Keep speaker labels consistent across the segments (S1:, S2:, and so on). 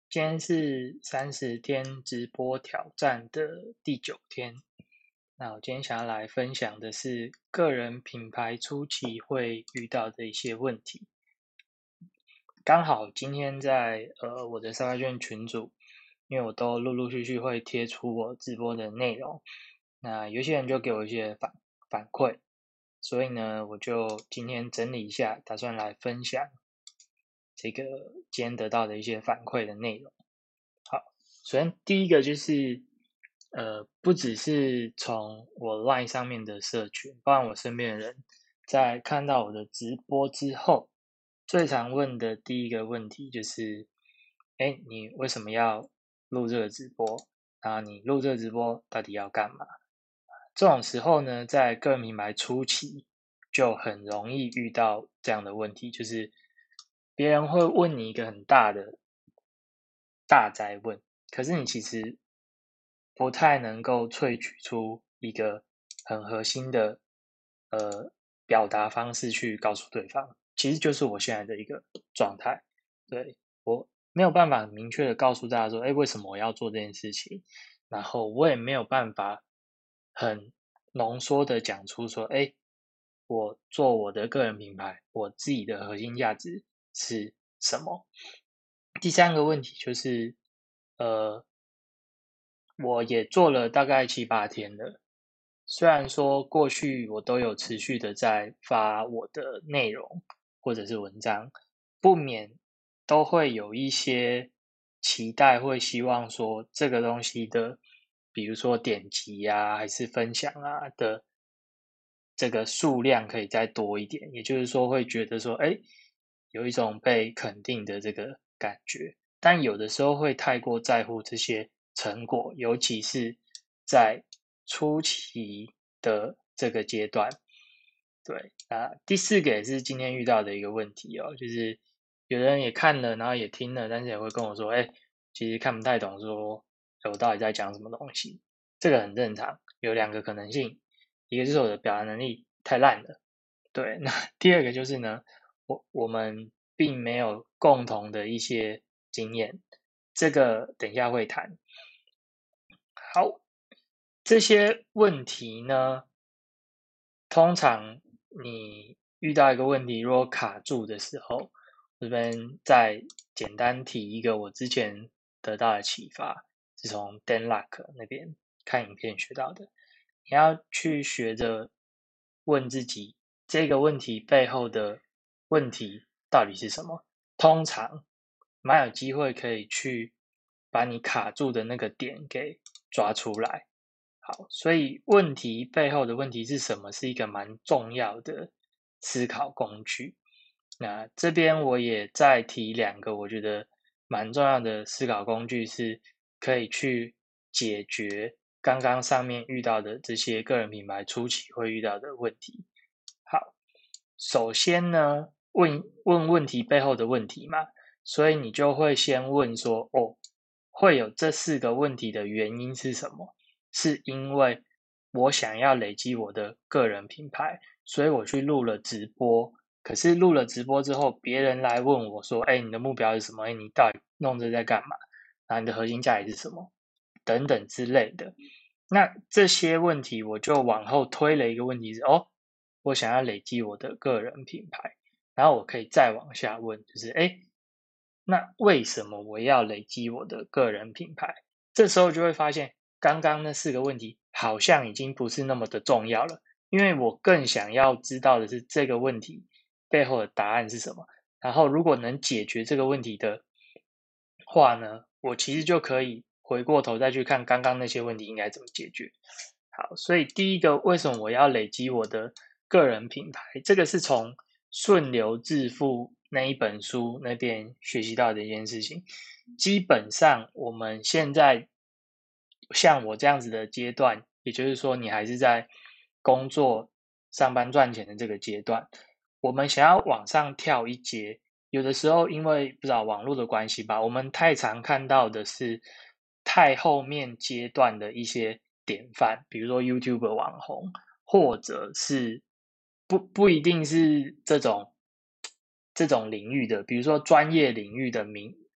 S1: 今天是30天直播挑战的第9天。那我今天想要来分享的是个人品牌初期会遇到的一些问题。刚好今天在我的沙发圈群组，因为我都陆陆续续会贴出我直播的内容，那有些人就给我一些反馈，所以呢，我就今天整理一下，打算来分享这个今天得到的一些反馈的内容。好，首先第一个就是不只是从我 LINE 上面的社群，包括我身边的人，在看到我的直播之后，最常问的第一个问题就是：你为什么要录这个直播？然后你录这个直播到底要干嘛？这种时候呢，在个人品牌初期就很容易遇到这样的问题，就是别人会问你一个很大的大哉问，可是你其实不太能够萃取出一个很核心的表达方式去告诉对方，其实就是我现在的一个状态。对，我没有办法很明确的告诉大家说，为什么我要做这件事情，然后我也没有办法很浓缩的讲出说，我做我的个人品牌，我自己的核心价值是什么？第三个问题就是，呃，我也做了大概7、8天了。虽然说过去我都有持续的在发我的内容或者是文章，不免都会有一些期待，会希望说这个东西的，比如说点击啊，还是分享啊的这个数量可以再多一点，也就是说会觉得说，有一种被肯定的这个感觉。但有的时候会太过在乎这些成果，尤其是在初期的这个阶段。对，那第四个也是今天遇到的一个问题哦，就是有人也看了，然后也听了，但是也会跟我说，其实看不太懂说，我到底在讲什么东西。这个很正常，有2个可能性，一个就是我的表达能力太烂了，对，那第二个就是呢，我们并没有共同的一些经验，这个等一下会谈。好，这些问题呢，通常你遇到一个问题，如果卡住的时候，这边再简单提一个我之前得到的启发，是从 Dan Luck 那边看影片学到的。你要去学着问自己，这个问题背后的问题到底是什么？通常蛮有机会可以去把你卡住的那个点给抓出来。好，所以问题背后的问题是什么，是一个蛮重要的思考工具。那这边我也再提2个我觉得蛮重要的思考工具，是可以去解决刚刚上面遇到的这些个人品牌初期会遇到的问题。好，首先呢，问问题背后的问题嘛，所以你就会先问说，会有这4个问题的原因是什么？是因为我想要累积我的个人品牌，所以我去录了直播。可是录了直播之后，别人来问我说：“你的目标是什么？你到底弄这在干嘛？然后你的核心价值是什么？”等等之类的。那这些问题我就往后推了一个问题是：我想要累积我的个人品牌，然后我可以再往下问，就是那为什么我要累积我的个人品牌？这时候就会发现，刚刚那4个问题好像已经不是那么的重要了，因为我更想要知道的是这个问题背后的答案是什么。然后，如果能解决这个问题的话呢，我其实就可以回过头再去看刚刚那些问题应该怎么解决。好，所以第一个，为什么我要累积我的个人品牌？这个是从《顺流致富》那一本书那边学习到的一件事情。基本上，我们现在像我这样子的阶段，也就是说，你还是在工作、上班赚钱的这个阶段，我们想要往上跳一阶，有的时候因为不知道网络的关系吧，我们太常看到的是太后面阶段的一些典范，比如说 YouTube 网红，或者是不一定是这种领域的，比如说专业领域的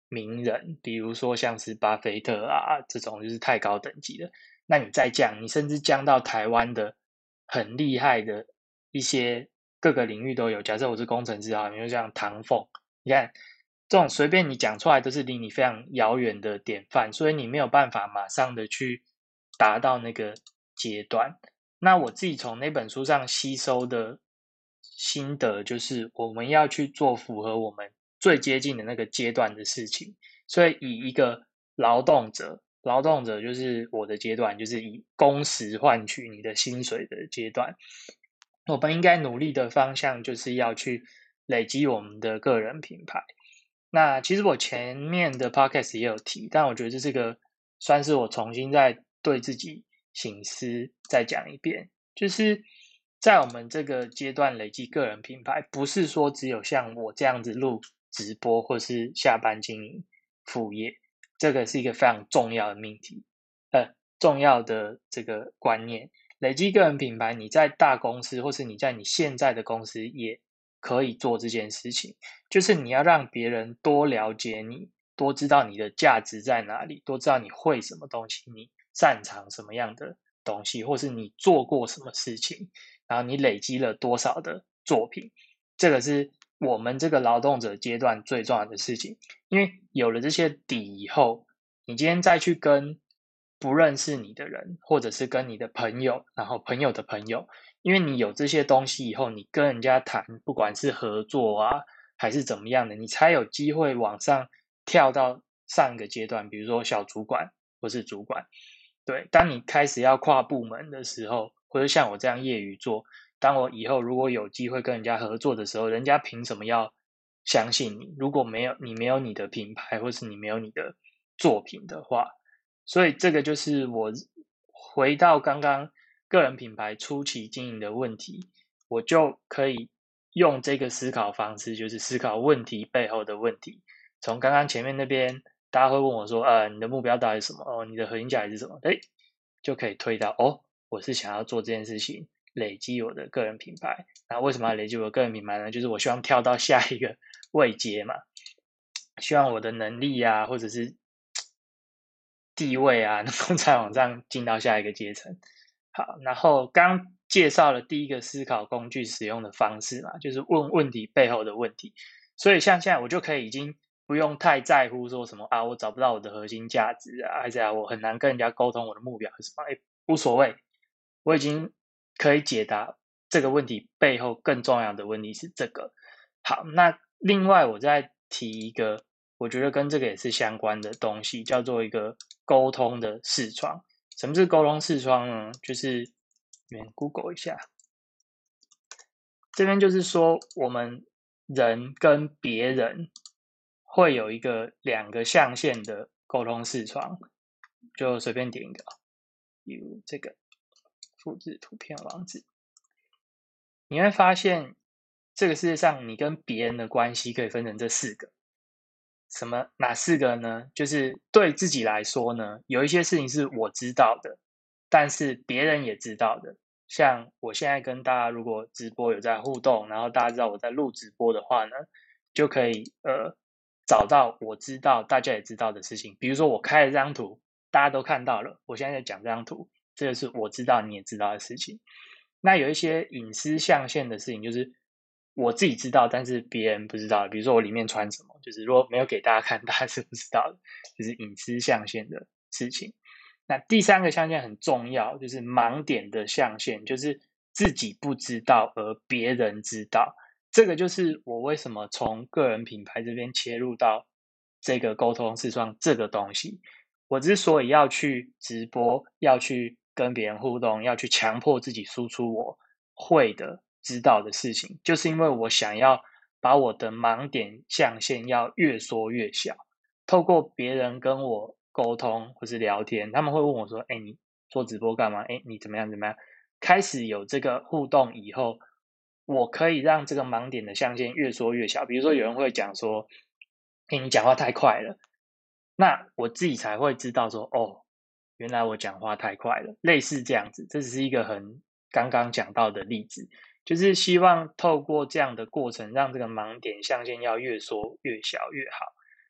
S1: 名人，比如说像是巴菲特啊这种就是太高等级的，那你再降，你甚至降到台湾的很厉害的一些各个领域都有。假设我是工程师啊，你就像唐凤，你看这种随便你讲出来都是离你非常遥远的典范，所以你没有办法马上的去达到那个阶段。那我自己从那本书上吸收的心得就是，我们要去做符合我们最接近的那个阶段的事情。所以以一个劳动者，劳动者就是我的阶段，就是以工时换取你的薪水的阶段。我们应该努力的方向就是要去累积我们的个人品牌。那其实我前面的 podcast 也有提，但我觉得这是个算是我重新再对自己省思再讲一遍，就是在我们这个阶段累积个人品牌，不是说只有像我这样子录直播或是下班经营副业，这个是一个非常重要的命题，重要的这个观念。累积个人品牌，你在大公司或是你在你现在的公司也可以做这件事情，就是你要让别人多了解你，多知道你的价值在哪里，多知道你会什么东西，你擅长什么样的东西，或是你做过什么事情，然后你累积了多少的作品，这个是我们这个劳动者阶段最重要的事情。因为有了这些底以后，你今天再去跟不认识你的人，或者是跟你的朋友，然后朋友的朋友，因为你有这些东西以后，你跟人家谈，不管是合作啊，还是怎么样的，你才有机会往上跳到上一个阶段，比如说小主管或是主管。对，当你开始要跨部门的时候，或者像我这样业余做，当我以后如果有机会跟人家合作的时候，人家凭什么要相信你？如果没有你的品牌，或是你没有你的作品的话，所以这个就是我回到刚刚个人品牌初期经营的问题，我就可以用这个思考方式，就是思考问题背后的问题。从刚刚前面那边，大家会问我说，你的目标到底是什么？哦，你的核心价值是什么？诶，就可以推到，我是想要做这件事情，累积我的个人品牌。那为什么要累积我的个人品牌呢？就是我希望跳到下一个位阶嘛，希望我的能力啊，或者是地位啊，能够再往上进到下一个阶层。好，然后刚介绍了第一个思考工具使用的方式嘛，就是问问题背后的问题。所以像现在我就可以已经不用太在乎说什么啊，我找不到我的核心价值啊，还是我很难跟人家沟通我的目标是什么？无所谓，我已经可以解答这个问题背后更重要的问题是这个。好，那另外我再提一个，我觉得跟这个也是相关的东西，叫做一个沟通的视窗。什么是沟通视窗呢？就是你们 Google 一下，这边就是说我们人跟别人会有一个两个象限的沟通视窗，就随便点一个，比如这个复制图片网址，你会发现这个世界上你跟别人的关系可以分成这四个。哪四个呢？就是对自己来说呢，有一些事情是我知道的，但是别人也知道的。像我现在跟大家如果直播有在互动，然后大家知道我在录直播的话呢，就可以找到我知道大家也知道的事情。比如说我开了这张图，大家都看到了，我现在在讲这张图，这个是我知道你也知道的事情。那有一些隐私象限的事情，就是我自己知道，但是别人不知道。比如说我里面穿什么，就是如果没有给大家看，大家是不知道的，就是隐私象限的事情。那第三个象限很重要，就是盲点的象限，就是自己不知道而别人知道。这个就是我为什么从个人品牌这边切入到这个沟通视窗这个东西。我之所以要去直播，要去跟别人互动，要去强迫自己输出我会的、知道的事情，就是因为我想要把我的盲点象限要越缩越小。透过别人跟我沟通或是聊天，他们会问我说：“哎，你做直播干嘛？哎，你怎么样怎么样？”开始有这个互动以后，我可以让这个盲点的象限越缩越小。比如说，有人会讲说：“哎，你讲话太快了。”那我自己才会知道说，原来我讲话太快了，类似这样子。这只是一个很刚刚讲到的例子，就是希望透过这样的过程，让这个盲点象限要越缩越小越好。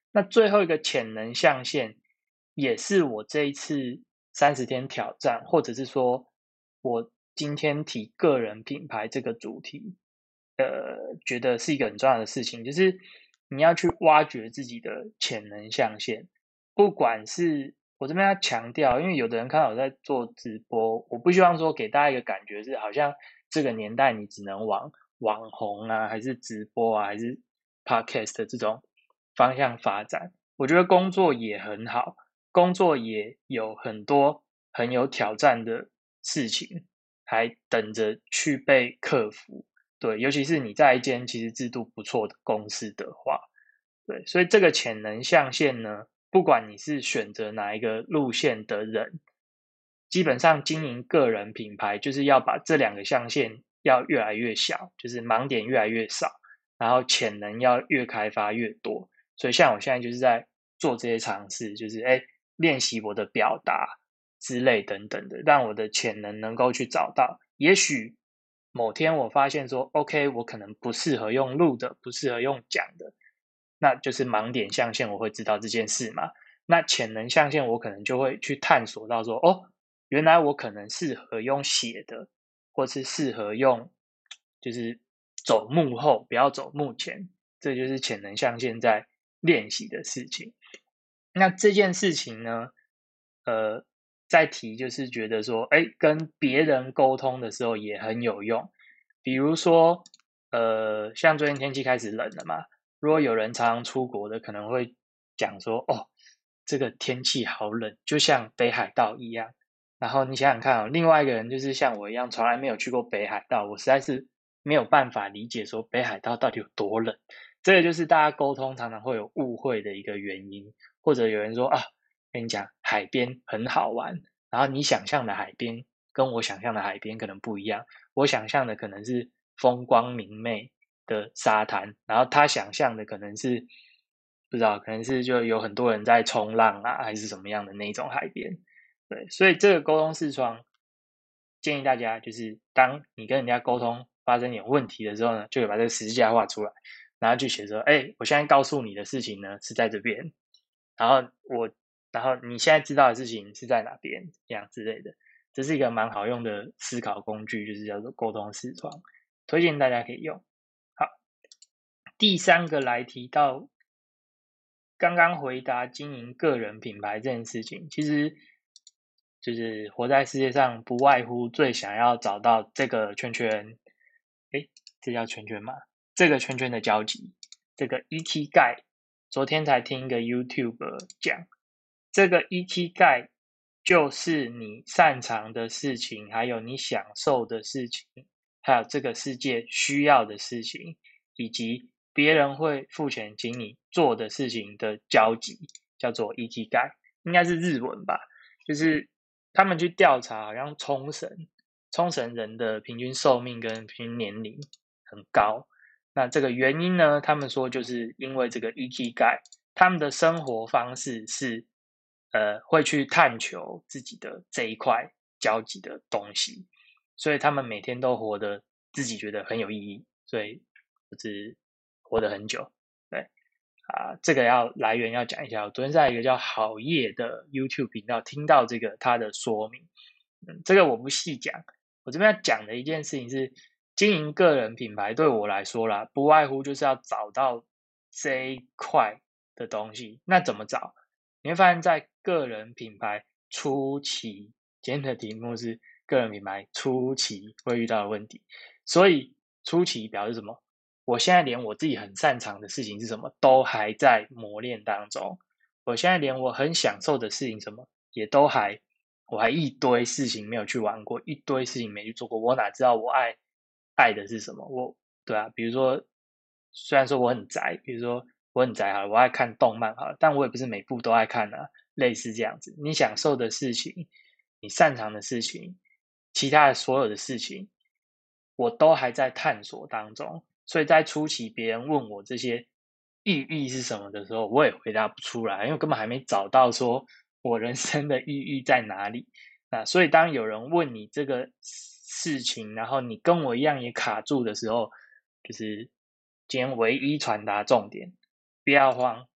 S1: 那最后一个潜能象限，也是我这一次30天挑战，或者是说我今天提个人品牌这个主题，觉得是一个很重要的事情，就是你要去挖掘自己的潜能象限。不管是我这边要强调，因为有的人看到我在做直播，我不希望说给大家一个感觉是好像这个年代你只能往网红啊，还是直播啊，还是 podcast 这种方向发展。我觉得工作也很好，工作也有很多很有挑战的事情，还等着去被克服。对，尤其是你在一间其实制度不错的公司的话，对，所以这个潜能象限呢，不管你是选择哪一个路线的人，基本上经营个人品牌就是要把这两个象限要越来越小，就是盲点越来越少，然后潜能要越开发越多。所以像我现在就是在做这些尝试，就是练习我的表达之类等等的，让我的潜能能够去找到。也许某天我发现说，OK，我可能不适合用录的，不适合用讲的，那就是盲点象限，我会知道这件事嘛。那潜能象限，我可能就会去探索到说，哦，原来我可能适合用写的，或是适合用就是走幕后，不要走幕前，这就是潜能象限在练习的事情。那这件事情呢，再提就是觉得说，跟别人沟通的时候也很有用。比如说，像最近天气开始冷了嘛，如果有人常常出国的，可能会讲说，哦，这个天气好冷，就像北海道一样。然后你想想看哦，另外一个人就是像我一样，从来没有去过北海道，我实在是没有办法理解说北海道到底有多冷。这个就是大家沟通常常会有误会的一个原因，或者有人说啊，跟你讲海边很好玩，然后你想象的海边跟我想象的海边可能不一样，我想象的可能是风光明媚的沙滩，然后他想象的可能是不知道，可能是就有很多人在冲浪啊，还是什么样的那种海边。对，所以这个沟通视窗建议大家就是当你跟人家沟通发生点问题的时候呢，就把这个十字架画出来，然后就写说，我现在告诉你的事情呢是在这边，然后然后你现在知道的事情是在哪边，这样之类的。这是一个蛮好用的思考工具，就是叫做沟通视窗，推荐大家可以用。好，第三个来提到刚刚回答经营个人品牌这件事情，其实就是活在世界上不外乎最想要找到这个圈圈，这叫圈圈吗？这个圈圈的交集，这个 Ikigai，昨天才听一个 YouTuber 讲，这个 Ikigai就是你擅长的事情，还有你享受的事情，还有这个世界需要的事情，以及别人会付钱请你做的事情的交集，叫做 Ikigai，应该是日文吧？就是他们去调查，好像冲绳人的平均寿命跟平均年龄很高。那这个原因呢，他们说就是因为这个 Ikigai，他们的生活方式是会去探求自己的这一块交集的东西，所以他们每天都活得自己觉得很有意义，所以就是活得很久。对这个来源要讲一下，我昨天在一个叫好业的 YouTube 频道听到这个他的说明，这个我不细讲，我这边要讲的一件事情是，经营个人品牌对我来说啦，不外乎就是要找到这一块的东西。那怎么找？你会发现在个人品牌初期，今天的题目是个人品牌初期会遇到的问题，所以初期表示什么？我现在连我自己很擅长的事情是什么，都还在磨练当中。我现在连我很享受的事情什么，也都我还一堆事情没有去玩过，一堆事情没去做过，我哪知道我爱的是什么？对啊，比如说，虽然说我很宅，比如说我很宅好了，我爱看动漫好了，但我也不是每部都爱看啊，类似这样子。你享受的事情，你擅长的事情，其他的所有的事情，我都还在探索当中。所以在初期别人问我这些意义是什么的时候，我也回答不出来，因为根本还没找到说我人生的意义在哪里。那所以当有人问你这个事情，然后你跟我一样也卡住的时候，就是今天唯一传达重点，不要慌。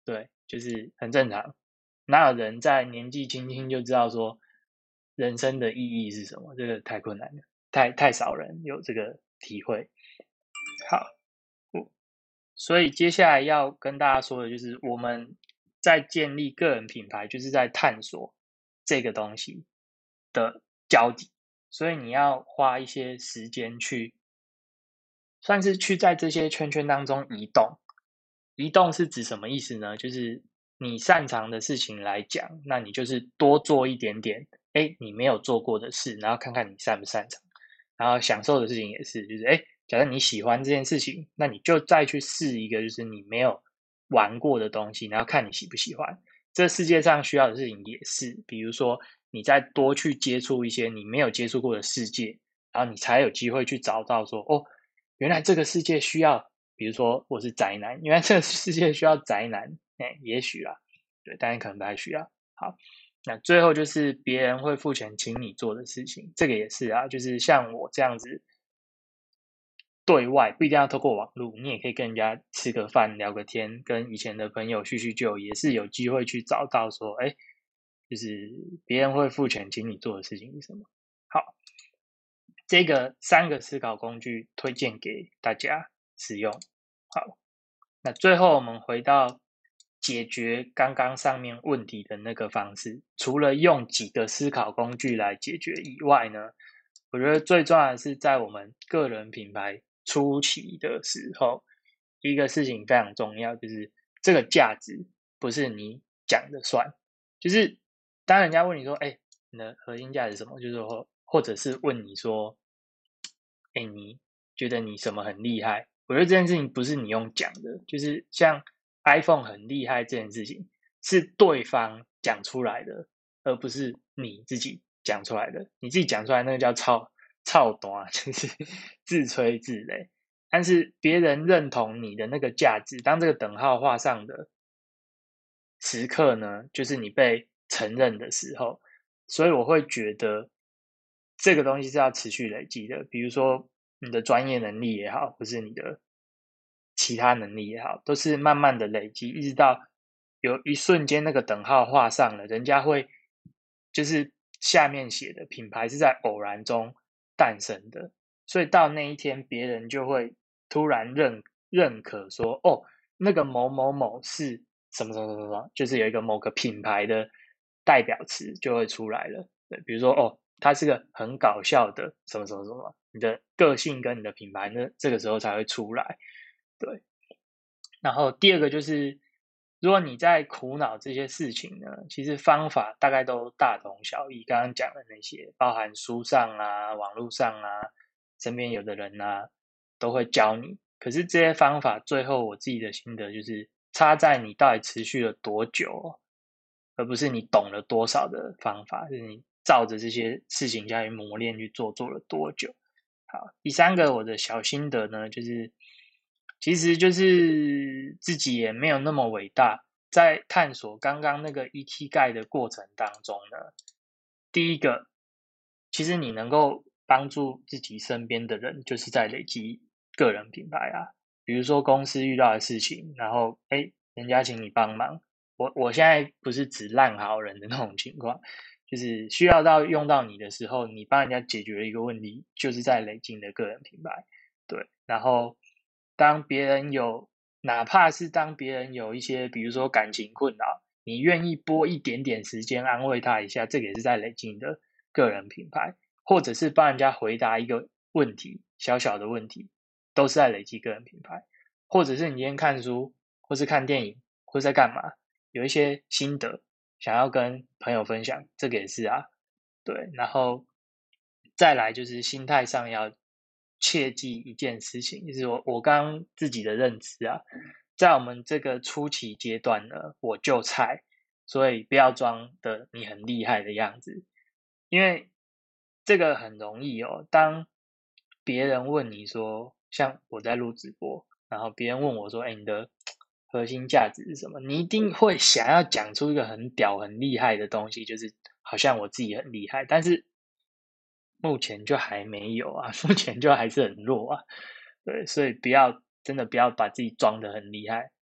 S1: 对，就是很正常。哪有人在年纪轻轻就知道说人生的意义是什么？这个太困难了，太少人有这个体会。好，所以接下来要跟大家说的就是我们在建立个人品牌，就是在探索这个东西的交集。所以你要花一些时间去，算是去在这些圈圈当中移动。移动是指什么意思呢？就是你擅长的事情来讲，那你就是多做一点点，你没有做过的事，然后看看你擅不擅长。然后享受的事情也是，就是假设你喜欢这件事情，那你就再去试一个就是你没有玩过的东西，然后看你喜不喜欢。这世界上需要的事情也是，比如说你再多去接触一些你没有接触过的世界，然后你才有机会去找到说，原来这个世界需要，比如说我是宅男，原来这个世界需要宅男，也许啦，对，但是可能不太需要。好，那最后就是别人会付钱请你做的事情，这个也是啊，就是像我这样子，对外不一定要透过网络，你也可以跟人家吃个饭、聊个天，跟以前的朋友叙叙旧，也是有机会去找到说，就是别人会付钱请你做的事情是什么。好，这个3个思考工具推荐给大家使用。好，那最后我们回到解决刚刚上面问题的那个方式，除了用几个思考工具来解决以外呢，我觉得最重要的是在我们个人品牌初期的时候，一个事情非常重要，就是这个价值不是你讲的算，就是当人家问你说，你的核心价值是什么？就是说，或者是问你说，你觉得你什么很厉害？我觉得这件事情不是你用讲的，就是像 iPhone 很厉害这件事情，是对方讲出来的，而不是你自己讲出来的。你自己讲出来那个叫操短，就是自吹自擂。但是别人认同你的那个价值，当这个等号画上的时刻呢，就是你被承认的时候。所以我会觉得这个东西是要持续累积的，比如说你的专业能力也好，或是你的其他能力也好，都是慢慢的累积，一直到有一瞬间那个等号画上了，人家会就是下面写的品牌是在偶然中诞生的，所以到那一天，别人就会突然认可说，那个某某某是什么什么什么，就是有一个某个品牌的代表词就会出来了。对，比如说它是个很搞笑的什么什么什么，你的个性跟你的品牌呢，这个时候才会出来。对，然后第二个就是，如果你在苦恼这些事情呢，其实方法大概都大同小异。刚刚讲的那些，包含书上啊、网络上啊、身边有的人啊，都会教你。可是这些方法，最后我自己的心得就是，差在你到底持续了多久，而不是你懂了多少的方法，就是你照着这些事情下去磨练去做了多久。好，第三个我的小心得呢，就是其实就是自己也没有那么伟大，在探索刚刚那个 ET 盖的过程当中呢，第一个，其实你能够帮助自己身边的人，就是在累积个人品牌啊。比如说公司遇到的事情，然后人家请你帮忙，我现在不是指烂好人的那种情况，就是需要用到你的时候，你帮人家解决了一个问题，就是在累积你的个人品牌。对，然后当别人哪怕是当别人有一些，比如说感情困扰，你愿意拨一点点时间安慰他一下，这个也是在累积你的个人品牌，或者是帮人家回答一个问题，小小的问题，都是在累积个人品牌。或者是你今天看书，或是看电影，或是在干嘛，有一些心得想要跟朋友分享，这个也是啊。对，然后再来就是心态上要切记一件事情，就是我刚自己的认知啊，在我们这个初期阶段呢，我就菜，所以不要装的你很厉害的样子，因为这个很容易哦。当别人问你说，像我在录直播，然后别人问我说：“你的核心价值是什么？”你一定会想要讲出一个很屌、很厉害的东西，就是好像我自己很厉害，但是目前就还没有啊，目前就还是很弱啊。对，所以真的不要把自己装得很厉害，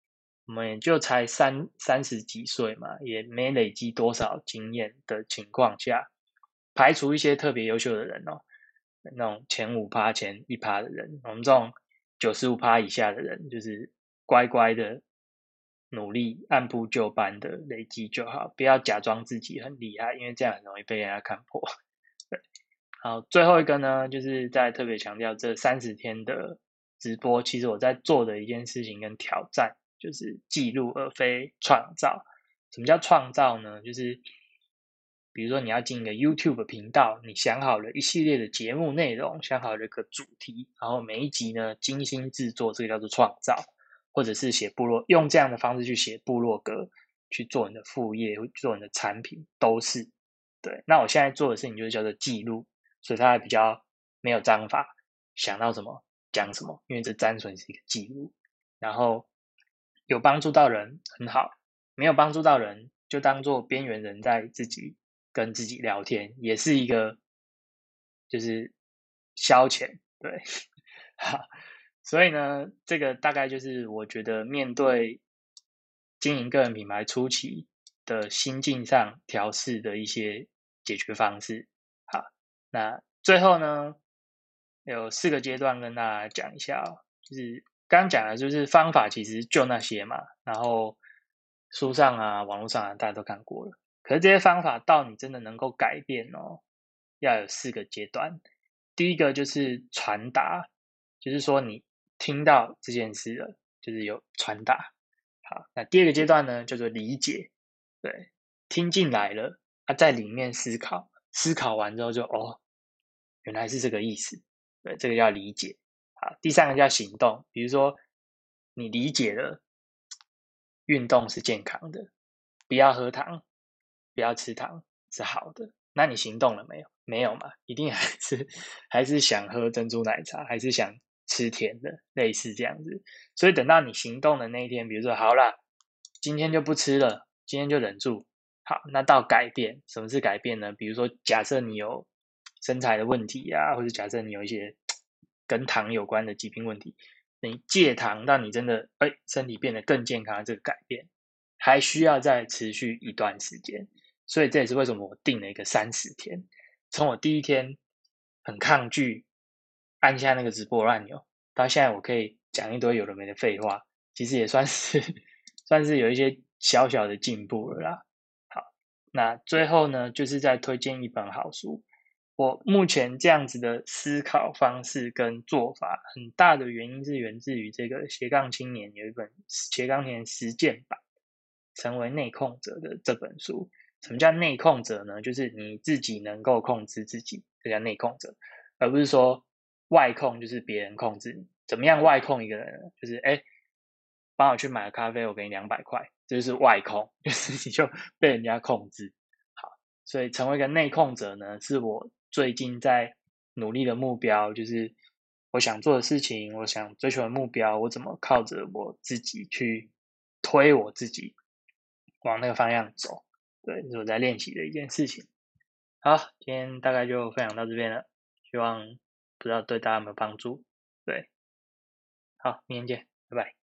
S1: 我们也就才三十几岁嘛，也没累积多少经验的情况下，排除一些特别优秀的人哦，那种前5%、前1%的人，我们这种95%以下的人，就是乖乖的努力按部就班的累积就好，不要假装自己很厉害，因为这样很容易被人家看破。对，好，最后一个呢，就是在特别强调这30天的直播，其实我在做的一件事情跟挑战，就是记录而非创造。什么叫创造呢？就是比如说你要进一个 YouTube 频道，你想好了一系列的节目内容，想好了一个主题，然后每一集呢精心制作，这个叫做创造。或者是写部落，用这样的方式去写部落格，去做你的副业，做你的产品，都是对。那我现在做的事情就是叫做记录，所以它还比较没有章法，想到什么讲什么，因为这单纯是一个记录。然后有帮助到人很好，没有帮助到人就当做边缘人在自己跟自己聊天，也是一个就是消遣，对。好，所以呢，这个大概就是我觉得面对经营个人品牌初期的心境上调试的一些解决方式。好，那最后呢，有4个阶段跟大家讲一下哦，就是刚刚讲的就是方法其实就那些嘛，然后书上啊、网络上啊大家都看过了，可是这些方法到你真的能够改变哦，要有4个阶段。第一个就是传达，就是说你听到这件事了，就是有传达。好，那第二个阶段呢，叫做理解，对，听进来了，在里面思考，思考完之后就原来是这个意思，对，这个叫理解。好，第3个叫行动，比如说你理解了运动是健康的，不要喝糖，不要吃糖是好的，那你行动了没有？没有嘛，一定还是想喝珍珠奶茶，还是想吃甜的，类似这样子。所以等到你行动的那一天，比如说好啦，今天就不吃了，今天就忍住。好，那到改变，什么是改变呢？比如说，假设你有身材的问题啊，或者假设你有一些跟糖有关的疾病问题，你戒糖，让你真的身体变得更健康，这个改变还需要再持续一段时间。所以这也是为什么我定了一个30天。从我第一天很抗拒按下那个直播按钮，到现在我可以讲一堆有的没的废话，其实也算是算是有一些小小的进步了啦。好，那最后呢，就是再推荐一本好书。我目前这样子的思考方式跟做法，很大的原因是源自于这个斜杠青年有一本斜杠青年实践版，成为内控者的这本书。什么叫内控者呢？就是你自己能够控制自己，这叫内控者，而不是说外控，就是别人控制你。怎么样外控一个人呢？就是帮我去买个咖啡，我给你200块，这就是外控，就是你就被人家控制。好，所以成为一个内控者呢，是我最近在努力的目标，就是我想做的事情，我想追求的目标，我怎么靠着我自己去推我自己往那个方向走。对，这是我在练习的一件事情。好，今天大概就分享到这边了，希望不知道对大家有没有帮助。对，好，明天见，拜拜。